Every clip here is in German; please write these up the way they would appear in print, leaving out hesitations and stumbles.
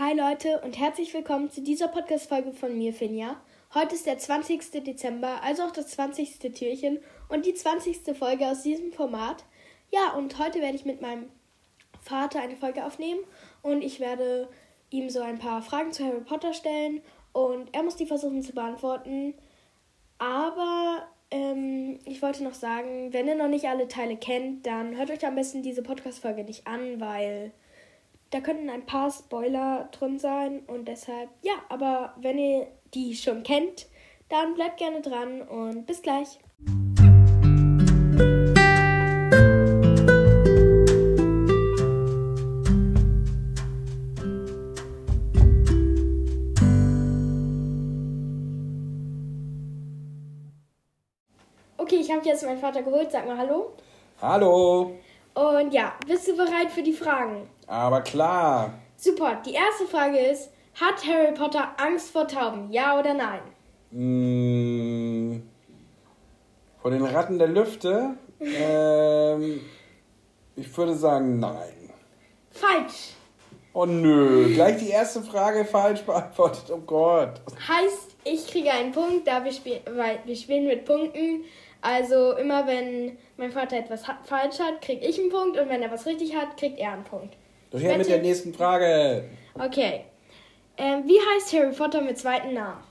Hi Leute und herzlich willkommen zu dieser Podcast-Folge von mir, Finja. Heute ist der 20. Dezember, also auch das 20. Türchen und die 20. Folge aus diesem Format. Ja, und heute werde ich mit meinem Vater eine Folge aufnehmen und ich werde ihm so ein paar Fragen zu Harry Potter stellen und er muss die versuchen zu beantworten. Aber ich wollte noch sagen, wenn ihr noch nicht alle Teile kennt, dann hört euch am besten diese Podcast-Folge nicht an, weil da könnten ein paar Spoiler drin sein und deshalb, ja, aber wenn ihr die schon kennt, dann bleibt gerne dran und bis gleich. Okay, ich habe jetzt meinen Vater geholt. Sag mal Hallo. Hallo. Und ja, bist du bereit für die Fragen? Aber klar. Super, die erste Frage ist, hat Harry Potter Angst vor Tauben? Ja oder nein? Vor den Ratten der Lüfte? Ich würde sagen nein. Falsch. Oh nö, gleich die erste Frage falsch beantwortet. Oh Gott. Heißt, ich kriege einen Punkt, da weil wir spielen mit Punkten. Also immer wenn mein Vater etwas falsch hat, kriege ich einen Punkt und wenn er was richtig hat, kriegt er einen Punkt. Doch her mit der nächsten Frage. Okay. Wie heißt Harry Potter mit zweiten Namen?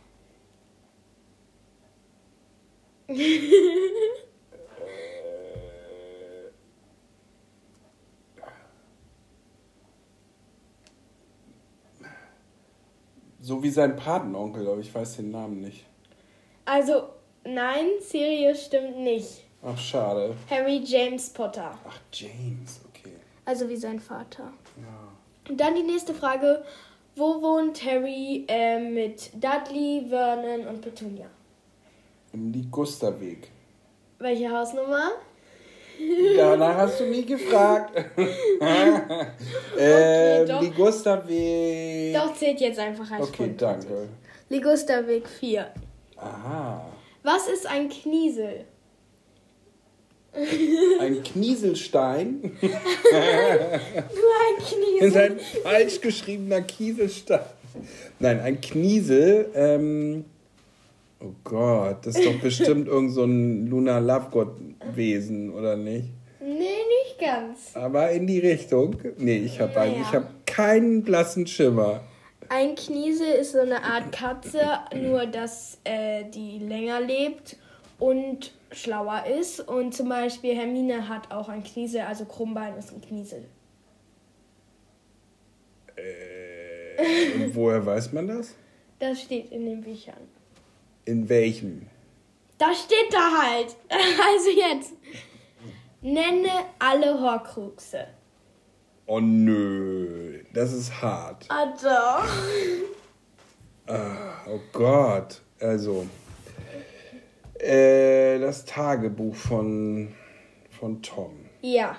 So wie sein Patenonkel, aber ich weiß den Namen nicht. Also, nein, Sirius stimmt nicht. Ach, schade. Harry James Potter. Ach, James, okay. Also wie sein Vater. Ja. Und dann die nächste Frage. Wo wohnt Harry mit Dudley, Vernon und Petunia? Im Ligusterweg. Welche Hausnummer? Danach hast du nie gefragt. Doch. Ligusterweg. Doch, zählt jetzt einfach als Okay, Punkt. danke. Ligusterweg 4. Aha. Was ist ein Kniesel? Ein Knieselstein. Nur ein Das Kniesel. ist ein falsch geschriebener Kieselstein. Nein, ein Kniesel. Oh Gott, das ist doch bestimmt irgend so ein Luna Lovegood-Wesen, oder nicht? Nee, nicht ganz. Aber in die Richtung. Nee, ich habe Naja. hab keinen blassen Schimmer. Ein Kniesel ist so eine Art Katze, nur dass die länger lebt und schlauer ist. Und zum Beispiel Hermine hat auch ein Kniesel, also Krummbein ist ein Kniesel. Und woher weiß man das? Das steht in den Büchern. In welchem? Das steht da halt. Also jetzt. Nenne alle Horcruxe. Oh nö, das ist hart. Ah doch. Oh Gott, also das Tagebuch von Tom. Ja.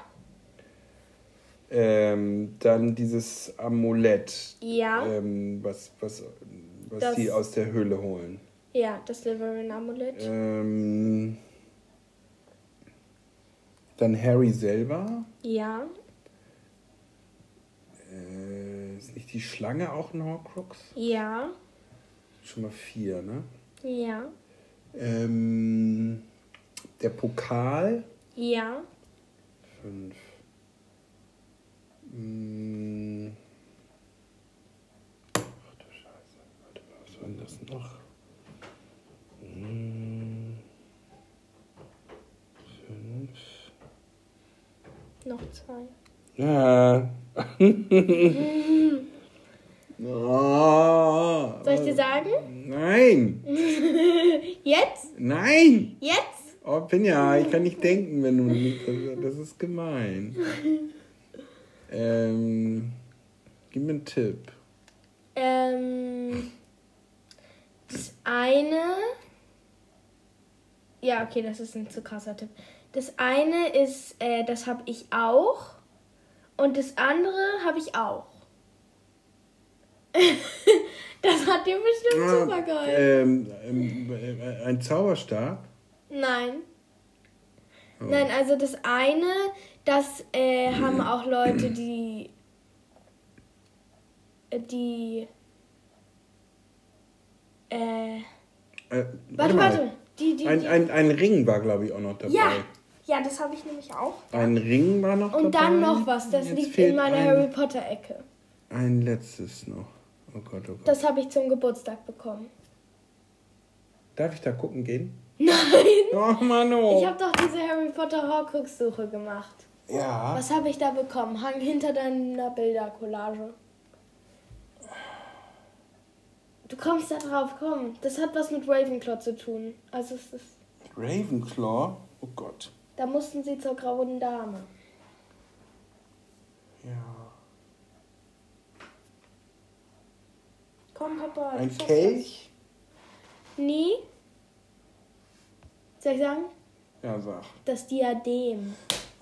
Dann dieses Amulett, Ja. was Das- die aus der Höhle holen. Ja, das Slytherin-Amulett. Dann Harry selber. Ja. Ist nicht die Schlange auch ein Horcrux? Ja. Schon mal 4, ne? Ja. Der Pokal. Ja. 5. Ach du Scheiße. Warte mal, was war denn das noch? 5. Noch 2. Ja. Oh. Soll ich dir sagen? Nein. Jetzt? Nein. Jetzt? Oh, Pinja, ich kann nicht denken, wenn du nicht... Das ist gemein. Gib mir einen Tipp. Das eine... Ja, okay, das ist ein zu krasser Tipp. Das eine ist, das habe ich auch. Und das andere habe ich auch. Das hat dir bestimmt super geholfen. Ein Zauberstab? Nein. Oh. Nein, also das eine, das haben auch Leute, die die... Warte. Die. Ein Ring war, glaube ich, auch noch dabei. Ja, das habe ich nämlich auch. Ein Ring war noch dabei. Und dann noch was, das liegt in meiner Harry Potter-Ecke. Ein letztes noch. Oh Gott, oh Gott. Das habe ich zum Geburtstag bekommen. Darf ich da gucken gehen? Nein! Oh Mann, oh. Ich habe doch diese Harry Potter Horcrux-Suche gemacht. Ja. Was habe ich da bekommen? Hang hinter deiner Bildercollage. Du kommst da drauf, komm. Das hat was mit Ravenclaw zu tun. Also es ist... Ravenclaw? Oh Gott. Da mussten sie zur grauen Dame. Ja. Komm, Papa. Ein Kelch? Nee. Soll ich sagen? Ja, sag. Das Diadem.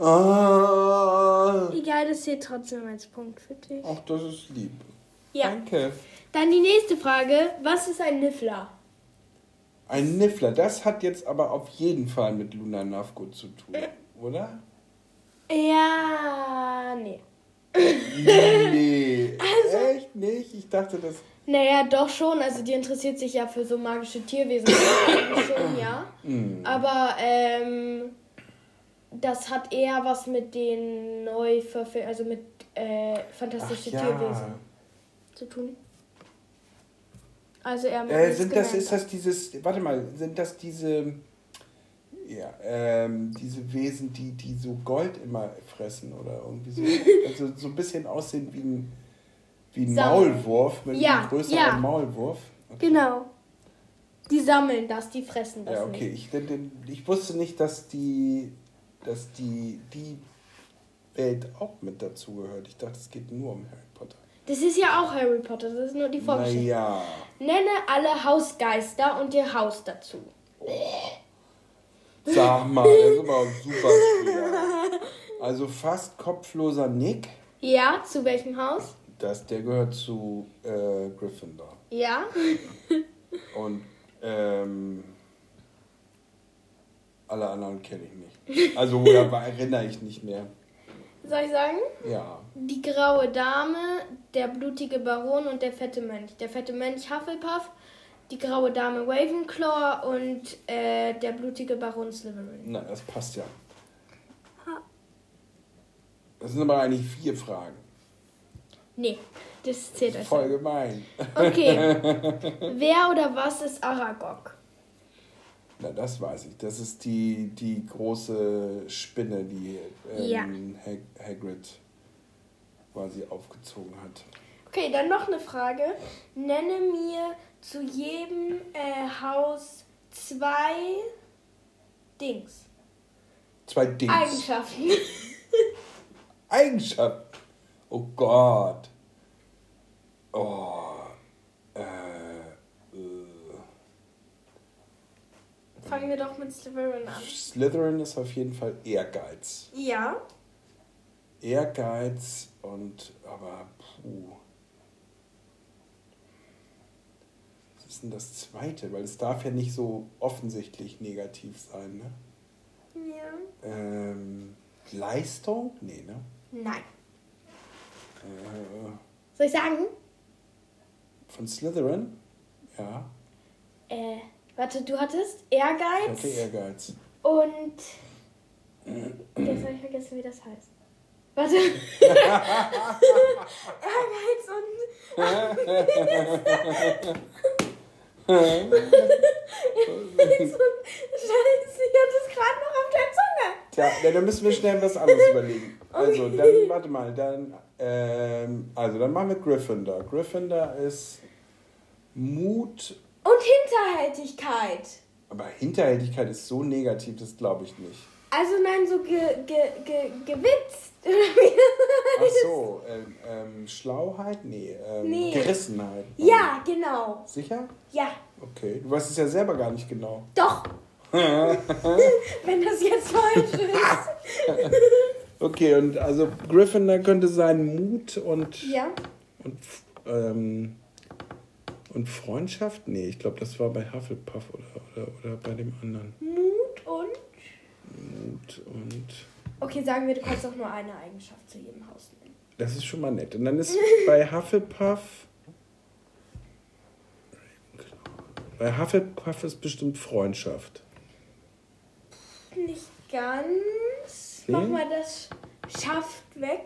Ah. Egal, das zählt trotzdem als Punkt für dich. Ach, das ist lieb. Ja. Danke. Dann die nächste Frage. Was ist ein Niffler? Ein Niffler, das hat jetzt aber auf jeden Fall mit Luna Lovegood zu tun, oder? Ja, nee. Nee. Echt nicht? Ich dachte, das... Naja, doch schon. Also die interessiert sich ja für so magische Tierwesen. Schon, ja. Aber das hat eher was mit den also mit fantastischen Tierwesen zu tun. Also eher mit sind das diese Wesen, die so Gold immer fressen oder irgendwie so? Also so ein bisschen aussehen wie ein Maulwurf mit einem größeren Maulwurf. Okay. Genau. Die sammeln das, die fressen das. Ja, okay. Nicht. Ich wusste nicht, dass die Welt auch mit dazugehört. Ich dachte, es geht nur um Harry Potter. Das ist ja auch Harry Potter, das ist nur die Vorgeschichte. Naja. Nenne alle Hausgeister und ihr Haus dazu. Sag mal, das ist aber super schwer. Also fast kopfloser Nick. Ja, zu welchem Haus? Der gehört zu Gryffindor. Ja. Und alle anderen kenne ich nicht. Also oder erinnere ich nicht mehr. Soll ich sagen? Ja. Die graue Dame, der blutige Baron und der fette Mönch. Der fette Mönch Hufflepuff, die graue Dame Ravenclaw und der blutige Baron Slytherin. Na, das passt ja. Das sind aber eigentlich 4 Fragen. Nee, das zählt euch. Voll gemein. Okay. Wer oder was ist Aragog? Na, das weiß ich. Das ist die große Spinne, die Hagrid quasi aufgezogen hat. Okay, dann noch eine Frage. Nenne mir zu jedem Haus 2 Dings. 2 Dings. Eigenschaften. Eigenschaften? Oh Gott. Oh. Fangen wir doch mit Slytherin an. Slytherin ist auf jeden Fall Ehrgeiz. Ja. Ehrgeiz aber Was ist denn das zweite? Weil es darf ja nicht so offensichtlich negativ sein, ne? Ja. Leistung? Nee, ne? Nein. Soll ich sagen? Von Slytherin? Ja. Warte, du hattest Ehrgeiz. Ich hatte Ehrgeiz. Und jetzt habe ich vergessen, wie das heißt. Warte. Ehrgeiz und... Scheiße, ich hatte es gerade noch auf der Zunge. Tja, dann müssen wir schnell was anderes überlegen. Also, dann, warte mal, dann machen wir Gryffindor. Gryffindor ist Mut... Und Hinterhältigkeit. Aber Hinterhältigkeit ist so negativ, das glaube ich nicht. Also nein, so gewitzt. Ach so, Schlauheit? Nee, nee. Gerissenheit. Ja, genau. Sicher? Ja. Okay, du weißt es ja selber gar nicht genau. Doch. Wenn das jetzt falsch ist. Okay, und also Gryffindor könnte sein Mut und... Ja. Und Freundschaft? Nee, ich glaube, das war bei Hufflepuff oder bei dem anderen. Mut und... Okay, Okay, sagen wir, du kannst auch nur eine Eigenschaft zu jedem Haus nennen. Das ist schon mal nett. Und dann ist bei Hufflepuff ist bestimmt Freundschaft. Nicht ganz. Nee? Mach mal das Schafft weg.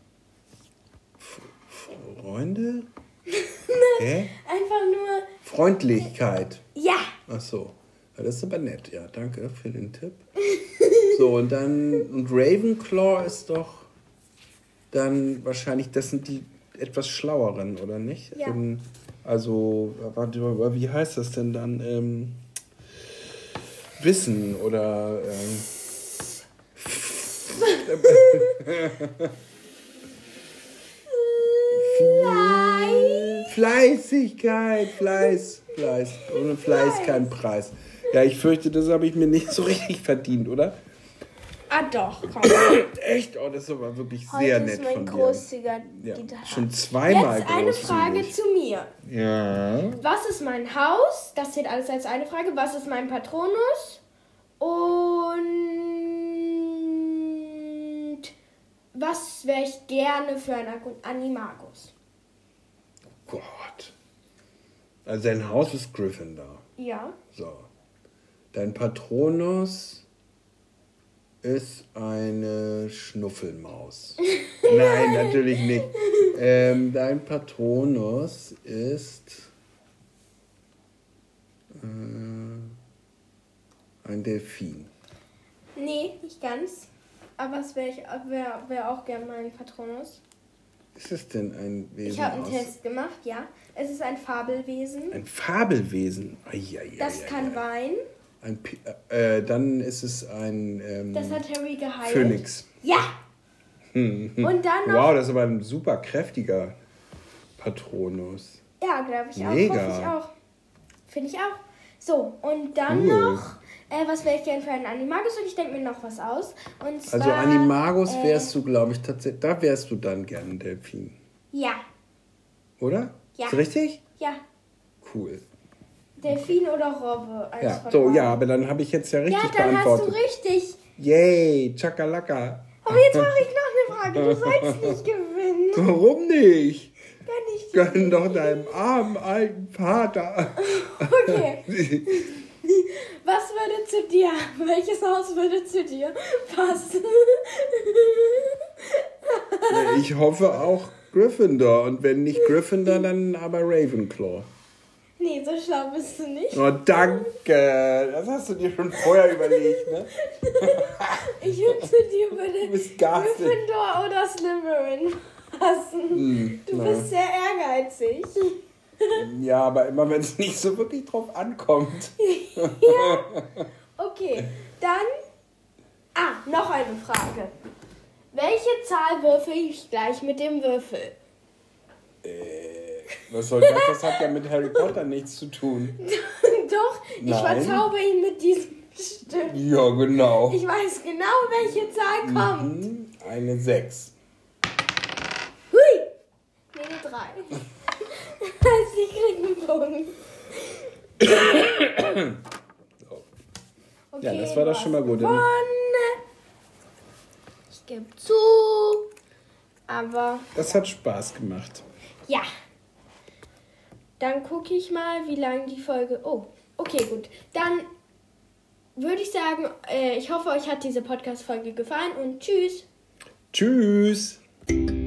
Freunde? Hä? Einfach nur... Freundlichkeit. Ja. Ach so. Ja, das ist aber nett. Ja, danke für den Tipp. So, und Ravenclaw ist doch dann wahrscheinlich, das sind die etwas Schlaueren, oder nicht? Ja. Also, wie heißt das denn dann? Wissen oder... Fleißigkeit, Fleiß. Ohne Fleiß kein Preis. Ja, ich fürchte, das habe ich mir nicht so richtig verdient, oder? Ah doch, komm. Echt? Oh, das ist aber wirklich Heute sehr ist nett mein von dir. großzügiger Ja, Gitarre. schon zweimal Jetzt eine Frage großzügig. zu mir. Ja. Was ist mein Haus? Das zählt alles als eine Frage. Was ist mein Patronus? Und was wäre ich gerne für ein Animagus? Gott. Also dein Haus ist Gryffindor. Ja. So. Dein Patronus ist eine Schnuffelmaus. Nein, natürlich nicht. Dein Patronus ist ein Delfin. Nee, nicht ganz. Aber es wär auch gern mein Patronus. Ist es denn ein Wesen Ich habe einen aus... Test gemacht, ja. Es ist ein Fabelwesen. Ein Fabelwesen? Das kann weinen. Dann ist es ein Das hat Harry geheilt. Phönix. Ja! Und dann noch... Wow, das ist aber ein super kräftiger Patronus. Ja, glaube ich auch. Mega. Hoffe ich auch. Finde ich auch. So, und dann Cool. noch, was wäre ich gern für einen Animagus? Und ich denke mir noch was aus. Und zwar, Also Animagus wärst du, glaube ich, tatsächlich... Da wärst du dann gern ein Delfin. Ja. Oder? Ja. Ist richtig? Ja. Cool. Delfin oder Robbe. Eins Ja, von so, beiden. ja, aber dann habe ich jetzt ja richtig Ja, dann beantwortet. hast du richtig. Yay, Chakalaka. Aber jetzt mache ich noch eine Frage. Du sollst nicht gewinnen. Warum nicht? Kann ich Gönn doch deinem armen alten Vater. Okay. Was würde zu dir, welches Haus würde zu dir passen? Ich hoffe auch Gryffindor. Und wenn nicht Gryffindor, dann aber Ravenclaw. Nee, so schlau bist du nicht. Oh, danke. Das hast du dir schon vorher überlegt, ne? Ich wünsche dir würde Du bist garstig. Gryffindor oder Slytherin passen. Du bist sehr ehrgeizig. Ja, aber immer wenn es nicht so wirklich drauf ankommt. Okay, dann... noch eine Frage. Welche Zahl würfel ich gleich mit dem Würfel? Was soll das? Das hat ja mit Harry Potter nichts zu tun. Doch, ich Nein. verzauber ihn mit diesem Stift. Ja, genau. Ich weiß genau, welche Zahl kommt. Eine 6. Hui! Nee, eine 3. Also ich krieg einen Punkt. Okay, Ja, das war doch schon mal gut. gewonnen. Ich gebe zu. Aber Das hat Spaß gemacht. ja. Dann gucke ich mal, wie lange die Folge... Oh, okay, gut. Dann würde ich sagen, ich hoffe, euch hat diese Podcast-Folge gefallen und tschüss. Tschüss.